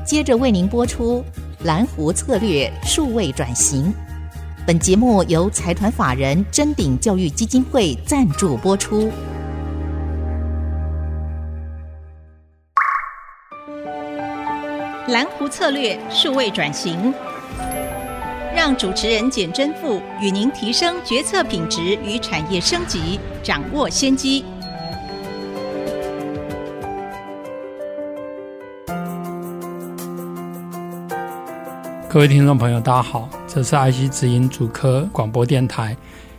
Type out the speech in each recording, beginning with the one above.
接着为您播出蓝湖策略数位转型。本节目由财团法人臻鼎教育基金会赞助播出。 蓝湖策略数位转型，让主持人简真富与您提升决策品质与产业升级，掌握先机。 各位听众朋友大家好，这是爱惜之音主科广播电台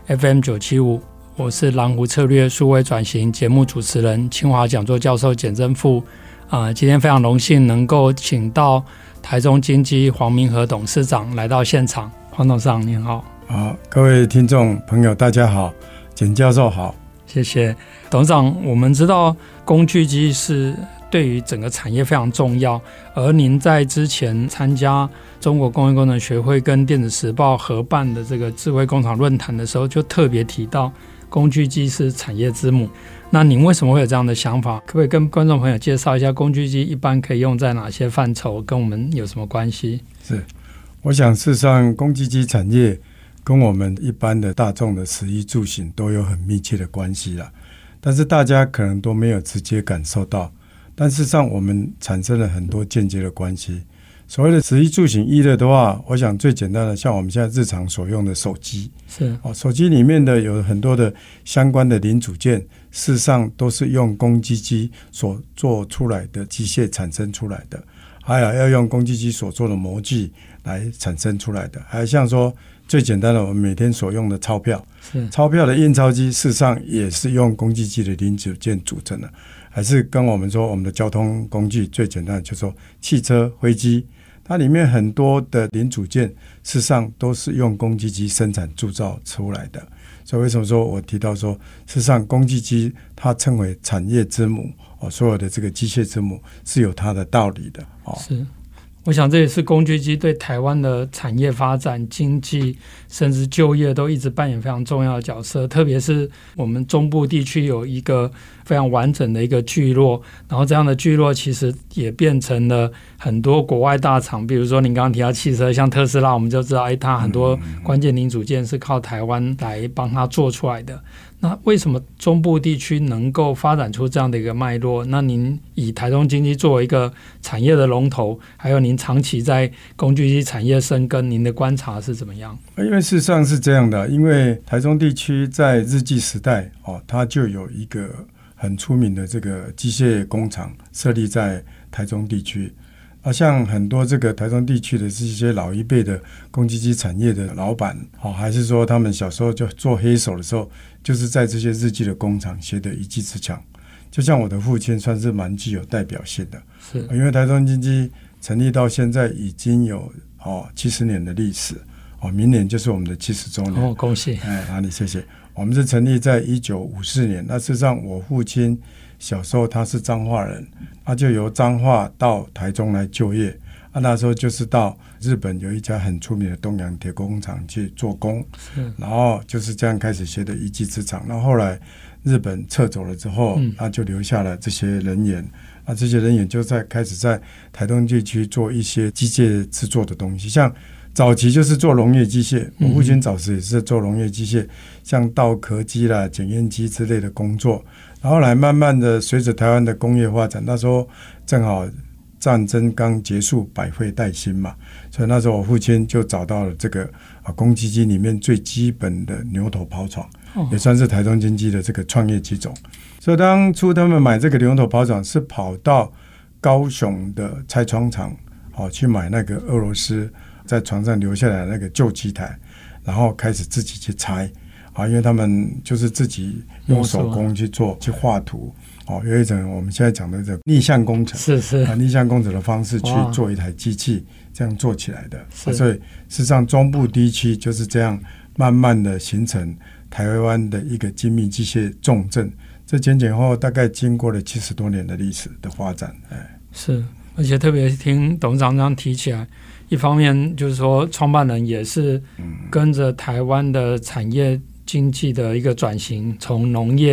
FM975， 我是蓝湖策略数位转型节目主持人清华讲座教授简真富。今天非常荣幸能够请到台中精机黄明和董事长来到现场。黄董事长您好。 好，各位听众朋友大家好，简教授好。 谢谢董事长。我们知道工具机是对于整个产业非常重要，而您在之前参加中国工业工程学会跟电子时报合办的这个智慧工厂论坛的时候，就特别提到工具机是产业之母。那您为什么会有这样的想法？可不可以跟观众朋友介绍一下工具机一般可以用在哪些范畴，跟我们有什么关系？ 是，我想事实上工具机产业跟我们一般的大众的食衣住行都有很密切的关系啦，但是大家可能都没有直接感受到，但事实上我们产生了很多间接的关系。所谓的食衣住行娱乐的话，我想最简单的像我们现在日常所用的手机， 是手机里面的有很多的相关的零组件，事实上都是用工具机所做出来的机械产生出来的，还有要用工具机所做的模具来产生出来的，还有像说最简单的我们每天所用的钞票，钞票的印钞机事实上也是用工具机的零组件组成的，还是跟我们说我们的交通工具最简单的就是说汽车飞机，它里面很多的零组件事实上都是用工具机生产铸造出来的。所以为什么说我提到说事实上工具机它称为产业之母，所有的这个机械之母是有它的道理的。 是，我想这也是工具机对台湾的产业发展、经济甚至就业都一直扮演非常重要的角色。特别是我们中部地区有一个非常完整的一个聚落，然后这样的聚落其实也变成了很多国外大厂，比如说您刚刚提到汽车，像特斯拉，我们就知道它很多关键零组件是靠台湾来帮它做出来的。那为什么中部地区能够发展出这样的一个脉络？那您以台中精机作为一个产业的龙头，还有您长期在工具机产业深耕，您的观察是怎么样？ 因为事实上是这样的，因为台中地区在日据时代它就有一个很出名的这个机械工厂设立在台中地区。像很多这个台中地区的这些老一辈的工具机产业的老板，还是说他们小时候就做黑手的时候，就是在这些日据的工厂学的一技之长。就像我的父亲算是蛮具有代表性的，是因为台中精机成立到现在已经有70年的历史，明年就是我们的70周年。 恭喜！ 哪里谢谢。我们是成立在1954年，那事实上我父亲小时候他是彰化人，他就由彰化到台中来就业，那时候就是到日本有一家很出名的东洋铁工厂去做工，然后就是这样开始学的一技之长。那后来日本撤走了之后，那就留下了这些人员，那这些人员就开始在台东地区做一些机械制作的东西，像早期就是做农业机械，我父亲早时也是做农业机械，像稻壳机啦、检验机之类的工作。然后来慢慢的随着台湾的工业发展，那时候正好战争刚结束，百废待兴嘛，所以那时候我父亲就找到了这个工具机里面最基本的牛头刨床，也算是台中精机的这个创业机种。所以当初他们买这个牛头刨床是跑到高雄的拆床厂去买那个俄罗斯在床上留下来的那个旧机台，然后开始自己去拆因为他们就是自己用手工去做去画图有一种我们现在讲的这逆向工程，是逆向工程的方式去做一台机器，这样做起来的。所以事实上中部地区就是这样慢慢的形成台湾的一个精密机械重镇，这前后大概经过了70多年的历史的发展。 是，而且特别听董事长这样提起来，一方面就是说创办人也是跟着台湾的产业经济的一个转型，从农业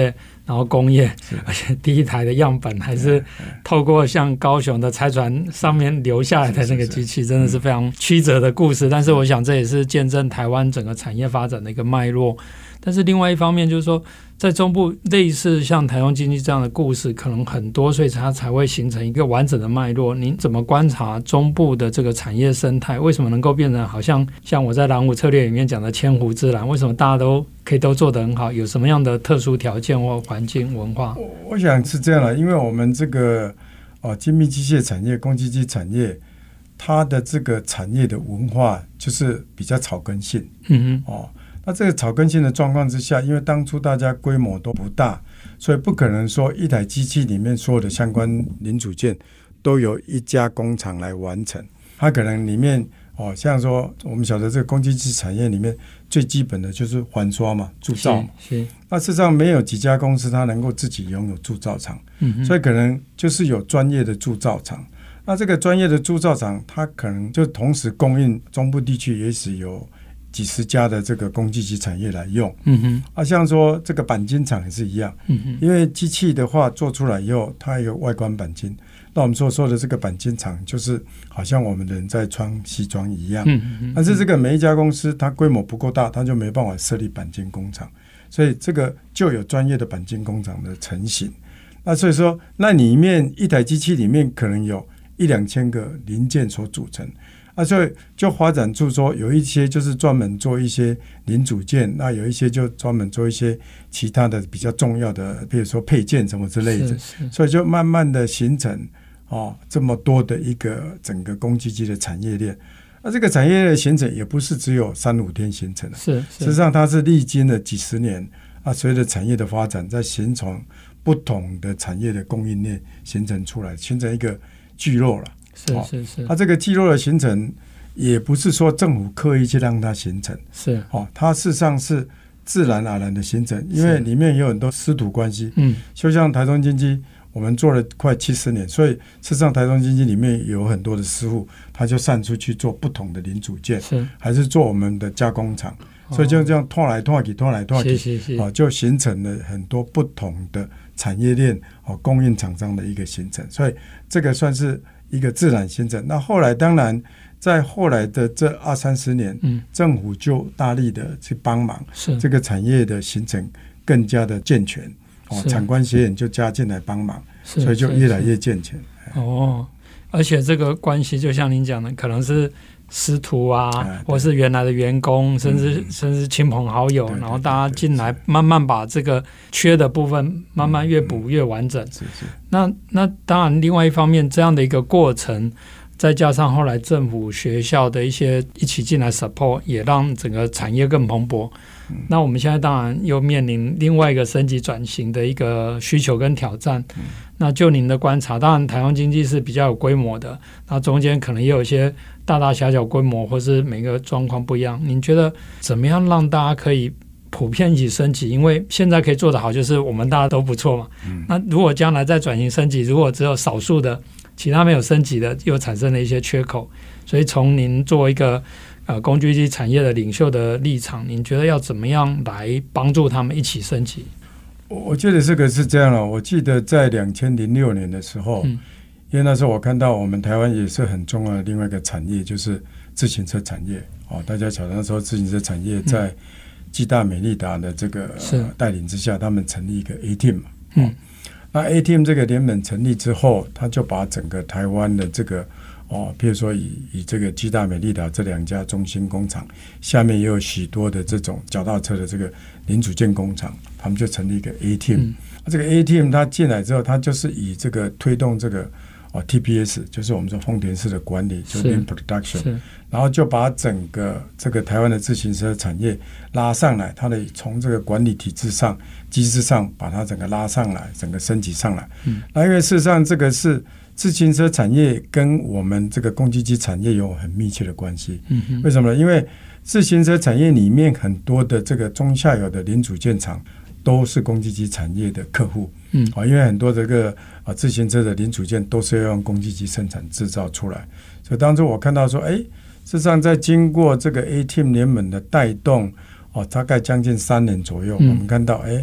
然后工业，而且第一台的样本还是透过像高雄的拆船上面留下来的那个机器，真的是非常曲折的故事。但是我想这也是见证台湾整个产业发展的一个脉络。但是另外一方面就是说，在中部类似像台中经济这样的故事可能很多，所以它才会形成一个完整的脉络。您怎么观察中部的这个产业生态，为什么能够变成好像我在蓝湖策略里面讲的千湖之蓝，为什么大家都可以都做得很好，有什么样的特殊条件或环境文化？ 我想是这样的，因为我们这个精密机械产业、工具机产业，它的这个产业的文化就是比较草根性。那这个草根性的状况之下，因为当初大家规模都不大，所以不可能说一台机器里面所有的相关零组件都由一家工厂来完成。它可能里面像说我们晓得这个工具机产业里面最基本的就是环刷嘛，铸造嘛。那事实上没有几家公司它能够自己拥有铸造厂，所以可能就是有专业的铸造厂。那这个专业的铸造厂，它可能就同时供应中部地区也许有几十家的这个工具机产业来用。像说这个钣金厂也是一样。因为机器的话做出来以后，它有外观钣金，那我们所说的这个钣金厂就是好像我们人在穿西装一样。但是这个每一家公司它规模不够大，它就没办法设立钣金工厂，所以这个就有专业的钣金工厂的成型。那所以说，那里面一台机器里面可能有1-2千个零件所组成。所以就发展出说有一些就是专门做一些零组件，那有一些就专门做一些其他的比较重要的，比如说配件什么之类的。所以就慢慢的形成这么多的一个整个工具机的产业链。这个产业链的形成也不是只有3-5天形成的，事实上它是历经了几十年随着产业的发展，在形成不同的产业的供应链形成出来，形成一个聚落了。它这个聚落的形成也不是说政府刻意去让它形成，它事实上是自然而然的形成，因为里面有很多师徒关系。就像台中经济我们做了快70年，所以事实上台中经济里面有很多的师傅，他就散出去做不同的零组件，还是做我们的加工厂，所以就这样拖来拖去就形成了很多不同的产业链供应厂商的一个形成，所以这个算是一个自然形成。那后来当然在后来的这20-30年，政府就大力的去帮忙，这个产业的形成更加的健全，产官学研就加进来帮忙，所以就越来越健全。 而且这个关系就像您讲的，可能是师徒或是原来的员工，甚至亲朋好友，然后大家进来慢慢把这个缺的部分慢慢越补越完整。那当然另外一方面，这样的一个过程再加上后来政府学校的一些一起进来 support， 也让整个产业更蓬勃。那我们现在当然又面临另外一个升级转型的一个需求跟挑战。那就您的观察，当然台湾经济是比较有规模的，那中间可能也有一些大大小小规模或是每个状况不一样，您觉得怎么样让大家可以普遍一起升级？因为现在可以做得好就是我们大家都不错嘛。那如果将来再转型升级，如果只有少数的其他没有升级的，又产生了一些缺口，所以从您做一个工具机产业的领袖的立场，您觉得要怎么样来帮助他们一起升级？ 我觉得这个是这样了。我记得在2006年的时候，因为那时候我看到我们台湾也是很重要的另外一个产业，就是自行车产业。大家晓得那时候自行车产业在基大美利达的这个带领之下，他们成立一个 A-Team 嘛。那 A-Team 这个联盟成立之后，他就把整个台湾的这个譬如说以这个基大美利达这2家中心工厂下面也有许多的这种脚踏车的这个零组件工厂，他们就成立一个 A-Team。这个 A-Team 它进来之后，它就是以这个推动这个TPS， 就是我们说丰田式的管理，就 Lean Production， 然后就把整个这个台湾的自行车产业拉上来，它的从这个管理体制上、机制上把它整个拉上来，整个升级上来。那因为事实上这个是自行车产业跟我们这个工具机产业有很密切的关系。为什么呢？因为自行车产业里面很多的这个中下游的零组件厂都是工具机产业的客户。因为很多这个自行车的零组件都是要用工具机生产制造出来，所以当初我看到说，事实上在经过这个 A-Team 联盟的带动，大概将近3年左右，我们看到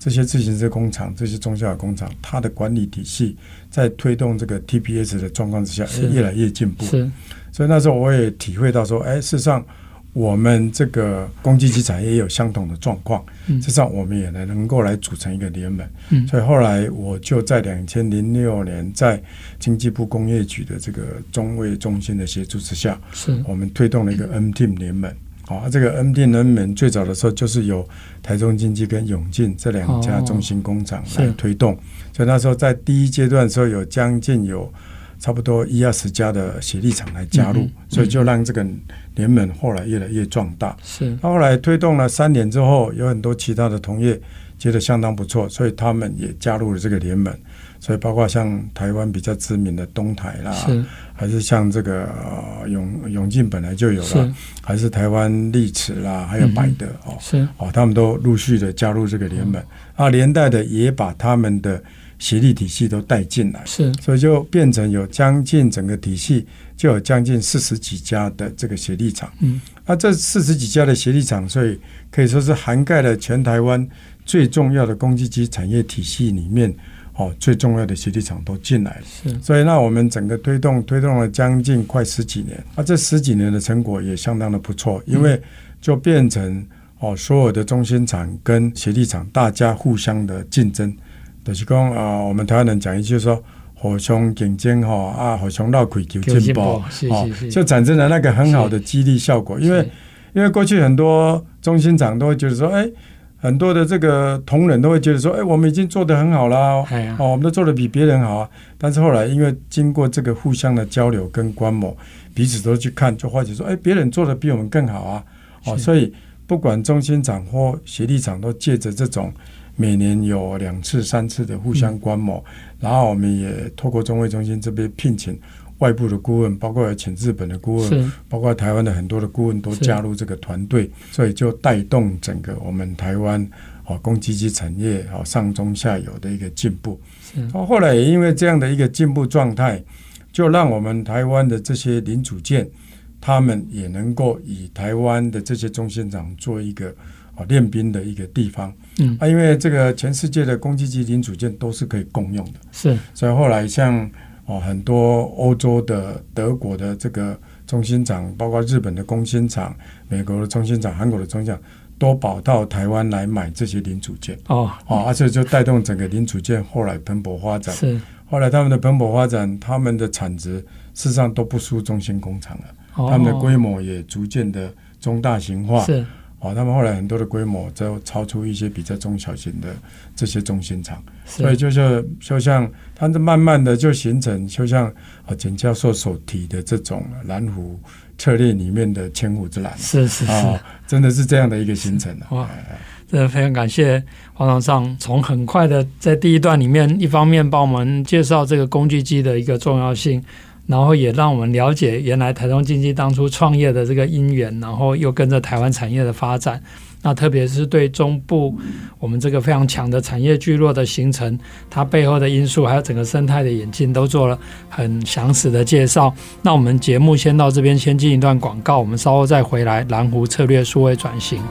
这些自行车工厂、这些中小工厂，它的管理体系在推动这个 TPS 的状况之下，越来越进步。所以那时候我也体会到说，事实上我们这个公积金产业也有相同的状况，事实上我们也能够来组成一个联盟。所以后来我就在2006年，在经济部工业局的这个中卫中心的协助之下，我们推动了一个 MTIM 联盟。这个 MTIM 联盟最早的时候就是由台中经济跟永进这2家中心工厂来推动，所以那时候在第一阶段的时候有将近差不多1-20家的协力厂来加入，所以就让这个联盟后来越来越壮大。后来推动了3年之后，有很多其他的同业觉得相当不错，所以他们也加入了这个联盟。所以包括像台湾比较知名的东台啦，还是像这个永进本来就有了，还是台湾力驰啦，还有百德他们都陆续的加入这个联盟，连带的也把他们的协力体系都带进来，所以就变成有将近整个体系就有将近40几家的这个协力厂。这40几家的协力厂，所以可以说是涵盖了全台湾最重要的公积金产业体系里面最重要的协力厂都进来了。所以那我们整个推动了将近快10几年，这10几年的成果也相当的不错，因为就变成所有的中心厂跟协力厂大家互相的竞争，就是说我们台湾人讲一句说互相竞争互相绕开求进步，就产生了那个很好的激励效果。因为过去很多中心厂都会觉得说很多的这个同仁都会觉得说我们已经做得很好啦，我们都做得比别人好啊。但是后来因为经过这个互相的交流跟观摩，彼此都去看，就发觉说别人做得比我们更好啊。所以不管中心厂或协力厂都借着这种每年有2次3次的互相观摩，然后我们也透过中卫中心这边聘请外部的顾问，包括有请日本的顾问，包括台湾的很多的顾问都加入这个团队，所以就带动整个我们台湾公积金产业上中下游的一个进步。后来也因为这样的一个进步状态，就让我们台湾的这些零组件，他们也能够以台湾的这些中心厂做一个练兵的一个地方。因为这个全世界的公积金零组件都是可以共用的，所以后来像很多欧洲的、德国的这个中心厂，包括日本的工芯厂、美国的中心厂、韩国的中心厂，都跑到台湾来买这些零组件。而且就带动整个零组件后来蓬勃发展。后来他们的蓬勃发展，他们的产值事实上都不输中芯工厂了，他们的规模也逐渐的中大型化。他们后来很多的规模就超出一些比较中小型的这些中心厂，所以就像它慢慢的就形成，就像简教授所提的这种蓝湖策略里面的千湖之蓝，真的是这样的一个形成。 真的非常感谢黄董事长，从很快的在第一段里面，一方面帮我们介绍这个工具机的一个重要性，然后也让我们了解原来台中经济当初创业的这个因缘，然后又跟着台湾产业的发展，那特别是对中部我们这个非常强的产业聚落的形成，它背后的因素还有整个生态的演进都做了很详实的介绍。那我们节目先到这边，先进一段广告，我们稍后再回来蓝湖策略数位转型。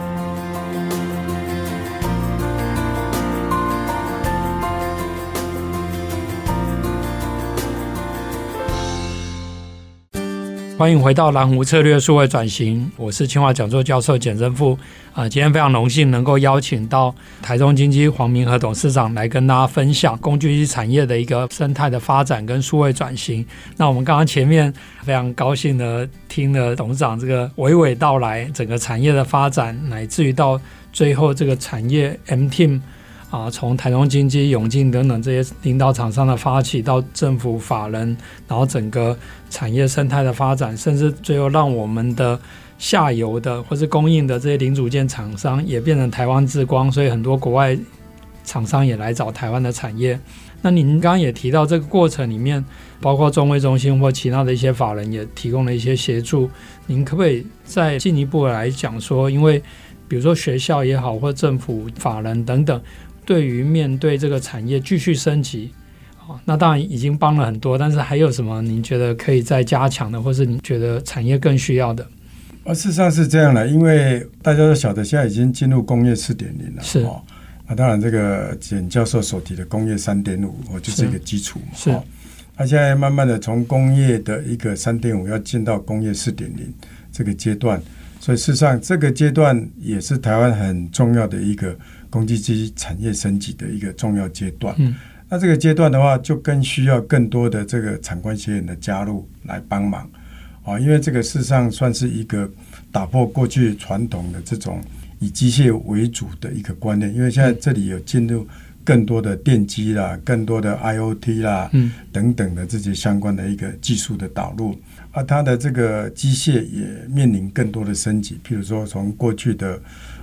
欢迎回到蓝湖策略数位转型，我是清华讲座教授简正富。今天非常荣幸能够邀请到台中经济黄明和董事长来跟大家分享工具机产业的一个生态的发展跟数位转型。那我们刚刚前面非常高兴的听了董事长这个娓娓道来整个产业的发展，乃至于到最后这个产业 MTIM从台中经济、永进等等这些领导厂商的发起，到政府法人，然后整个产业生态的发展，甚至最后让我们的下游的或是供应的这些零组件厂商也变成台湾之光，所以很多国外厂商也来找台湾的产业。那您刚刚也提到这个过程里面，包括中卫中心或其他的一些法人也提供了一些协助，您可不可以再进一步来讲说，因为比如说学校也好，或政府法人等等，对于面对这个产业继续升级，那当然已经帮了很多，但是还有什么您觉得可以再加强的，或是你觉得产业更需要的？ 事实上是这样的，因为大家都晓得现在已经进入工业 4.0 了， 当然这个简教授所提的工业 3.5 就是一个基础嘛。 是。 现在慢慢的从工业的一个 3.5 要进到工业 4.0 这个阶段，所以事实上这个阶段也是台湾很重要的一个公积金产业升级的一个重要阶段。那这个阶段的话，就更需要更多的这个产官学研的加入来帮忙因为这个事实上算是一个打破过去传统的这种以机械为主的一个观念，因为现在这里有进入更多的电机啦，更多的 IoT 啦，等等的这些相关的一个技术的导入它的这个机械也面臨更多的升级，譬如说从过去的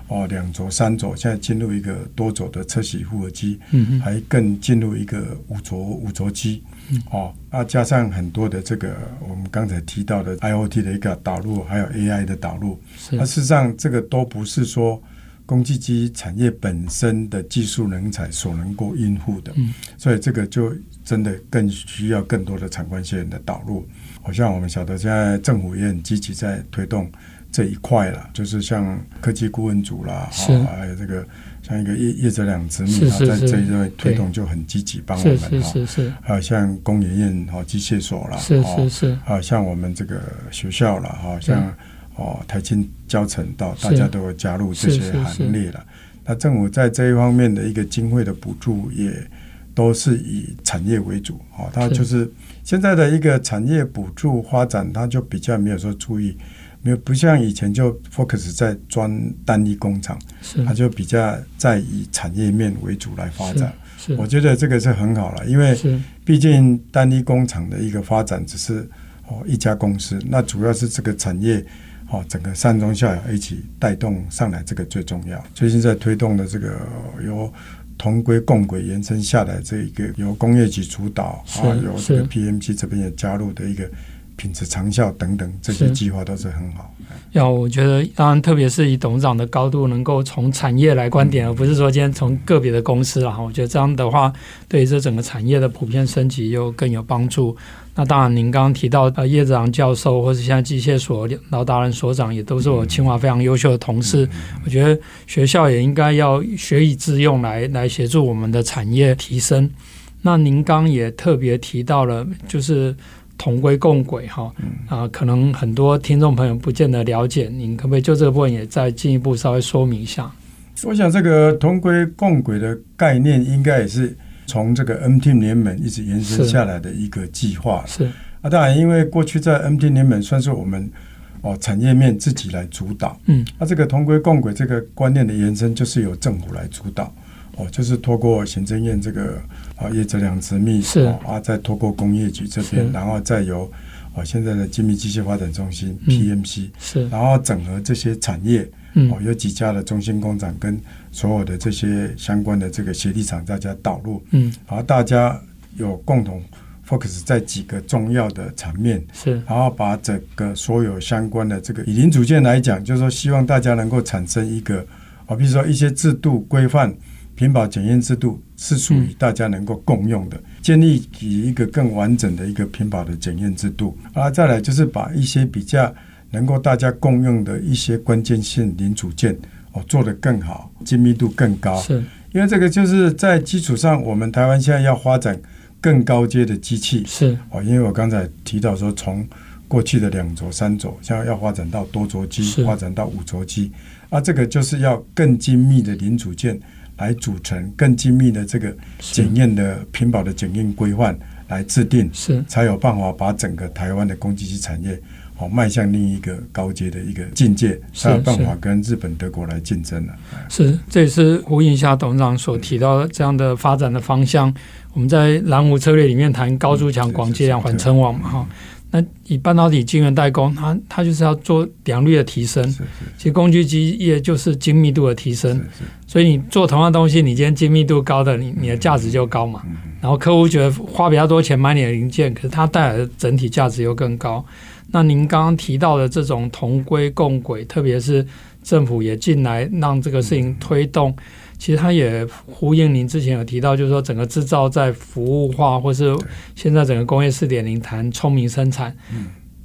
2轴3轴，现在进入一个多轴的车铣复合机，还更进入一个五轴机加上很多的这个我们刚才提到的 IoT 的一个导入，还有 AI 的导入，事实上这个都不是说公积金产业本身的技术人才所能够应付的，所以这个就真的更需要更多的产官学研的导入。好像我们晓得现在政府也很积极在推动这一块啦，就是像科技顾问组啦，还有这个像一个业者两直秘在这一类推动就很积极帮我们还有像工研院机械所啦，还有像我们这个学校啦，像台清交成到大家都会加入这些行列了。那政府在这一方面的一个经费的补助也都是以产业为主它就是现在的一个产业补助发展，它就比较没有说注意，没有不像以前就 focus 在单一工厂，它就比较在以产业面为主来发展。我觉得这个是很好了，因为毕竟单一工厂的一个发展只是一家公司，那主要是这个产业整个上中下游一起带动上来，这个最重要。最近在推动的这个由同规共轨延伸下来，这一个由工业局主导由这个 PMC 这边也加入的一个品质长效等等，这些计划都是很好。 我觉得当然特别是以董事长的高度能够从产业来观点，而不是说今天从个别的公司我觉得这样的话对于这整个产业的普遍升级又更有帮助。那当然您刚刚提到叶子昂教授或是现在机械所劳达人所长也都是我清华非常优秀的同事，我觉得学校也应该要学以致用来协助我们的产业提升。那您刚也特别提到了就是同规共轨可能很多听众朋友不见得了解，您可不可以就这个部分也再进一步稍微说明一下？ 我想这个同规共轨的概念应该也是从这个 MTIM 联盟一直延伸下来的一个计划。当然因为过去在 MTIM 联盟算是我们产业面自己来主导，这个同规共轨这个观念的延伸就是由政府来主导，就是透过行政院这个业者两直秘再透过工业局这边，然后再由现在的精密机械发展中心 PMC 然后整合这些产业，有几家的中心工厂跟所有的这些相关的这个协力厂大家导入，然后大家有共同 focus 在几个重要的层面，然后把整个所有相关的这个以零组件来讲，就是说希望大家能够产生一个比如说一些制度规范品保检验制度是属于大家能够共用的，建立起一个更完整的一个品保的检验制度再来就是把一些比较能够大家共用的一些关键性零组件做得更好，精密度更高，因为这个就是在基础上我们台湾现在要发展更高阶的机器，因为我刚才提到说从过去的2轴3轴现在要发展到多轴机，发展到5轴机这个就是要更精密的零组件来组成更精密的这个检验的品保的检验规范来制定，才有办法把整个台湾的公积金产业迈向另一个高阶的一个境界，才有办法跟日本德国来竞争了。 这也是呼应一下董事长所提到的这样的发展的方向。我们在蓝湖策略里面谈高筑墙广接量缓称网嘛那以半导体晶圆代工它就是要做良率的提升，其实工具机业就是精密度的提升，所以你做同样东西，你今天精密度高的你的价值就高嘛，然后客户觉得花比较多钱买你的零件，可是它带来的整体价值又更高。那您刚刚提到的这种同规共轨，特别是政府也进来让这个事情推动，其实它也呼应您之前有提到，就是说整个制造在服务化，或是现在整个工业 4.0 谈聪明生产，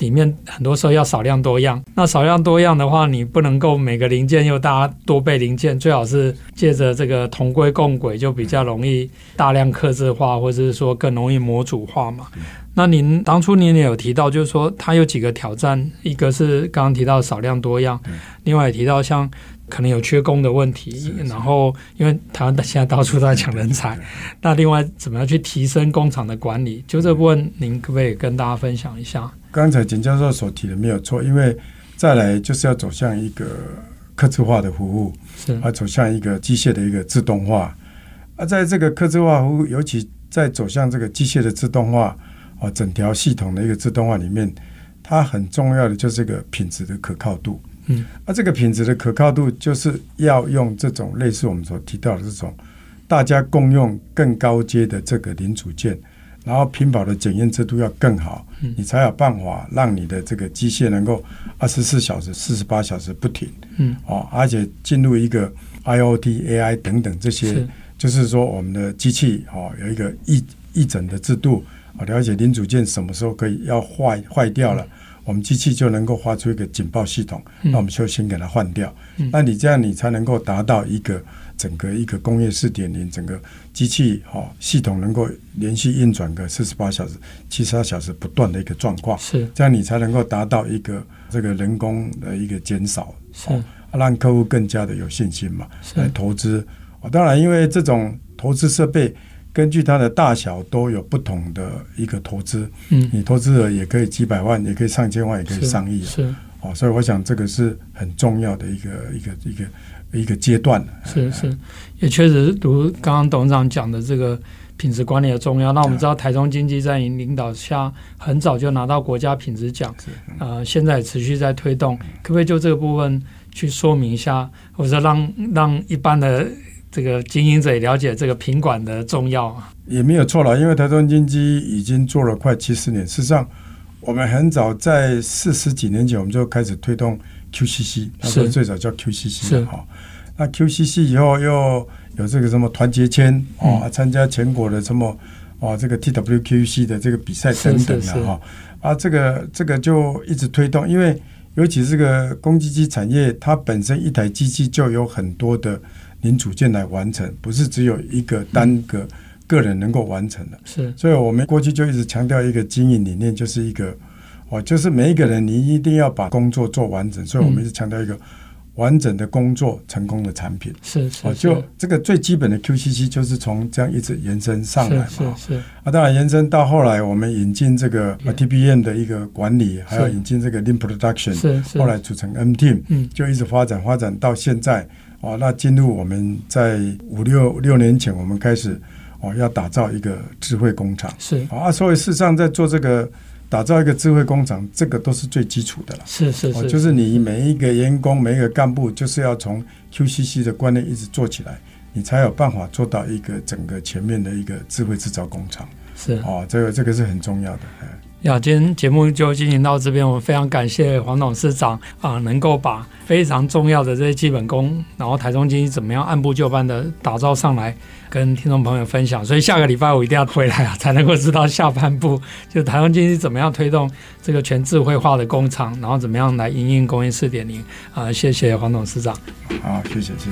里面很多时候要少量多样，那少量多样的话，你不能够每个零件又大家多备零件，最好是借着这个同归共轨，就比较容易大量客制化，或者是说更容易模组化嘛。那您当初您也有提到，就是说它有几个挑战，一个是刚刚提到少量多样，另外也提到像可能有缺工的问题，然后因为台湾现在到处都在抢人才，那另外怎么样去提升工厂的管理，就这部分您可不可以跟大家分享一下？ 刚才简教授所提的没有错，因为再来就是要走向一个客制化的服务，走向一个机械的一个自动化。在这个客制化服务，尤其在走向这个机械的自动化，整条系统的一个自动化里面，它很重要的就是这个品质的可靠度。这个品质的可靠度就是要用这种类似我们所提到的这种大家共用更高阶的这个零组件，然后品保的检验制度要更好，你才有办法让你的这个机械能够24小时、48小时不停。而且进入一个 IoT、AI 等等这些，就是说我们的机器有一个议诊的制度，了解零组件什么时候可以要坏掉了，我们机器就能够发出一个警报系统，那我们就先给它换掉。那你这样你才能够达到一个整个一个工业 4.0 整个机器系统能够连续运转个48小时、72小时不断的一个状况，这样你才能够达到一个这个人工的一个减少，让客户更加的有信心嘛，来投资。当然因为这种投资设备根据它的大小都有不同的一个投资，你投资额也可以几百万，也可以上千万，也可以上亿，所以我想这个是很重要的一个阶段。 是，也确实如刚刚董事长讲的这个品质管理的重要。那我们知道台中经济在您领导下很早就拿到国家品质奖，现在也持续在推动，可不可以就这个部分去说明一下，或者让一般的这个经营者也了解这个品管的重要？ 也没有错了，因为台中经济已经做了快70年，事实上我们很早在40几年前我们就开始推动 QCC， 那时候最早叫 QCC， 那 QCC 以后又有这个什么团结签，参加全国的什么这个 TWQC 的这个比赛等等这个就一直推动，因为尤其这个工机机产业，它本身一台机器就有很多的零组件来完成，不是只有一个单个人能够完成的。所以我们过去就一直强调一个经营理念，就是一个就是每一个人你一定要把工作做完整，所以我们一直强调一个完整的工作，成功的产品。就这个最基本的 QCC 就是从这样一直延伸上来嘛。当然延伸到后来我们引进这个 TPM 的一个管理，还有引进这个 Lean Production， 后来组成 M-Team， 就一直发展到现在。那进入我们在5-6年前我们开始要打造一个智慧工厂。所以事实上在做这个打造一个智慧工厂，这个都是最基础的了。就是你每一个员工每一个干部就是要从 QCC 的观念一直做起来，你才有办法做到一个整个全面的一个智慧制造工厂。这个是很重要的。 今天节目就进行到这边，我们非常感谢黄董事长能够把非常重要的这些基本功，然后台中经济怎么样按部就班的打造上来，跟听众朋友分享。所以下个礼拜我一定要回来才能够知道下半部，就台中经济怎么样推动这个全智慧化的工厂，然后怎么样来因应工业 4.0。谢谢黄董事长。 好，谢谢。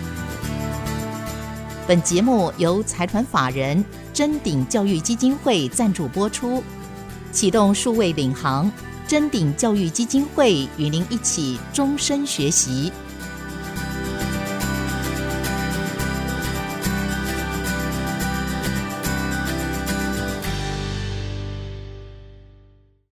本节目由财团法人臻鼎教育基金会赞助播出。启动数位领航，臻鼎教育基金会与您一起终身学习。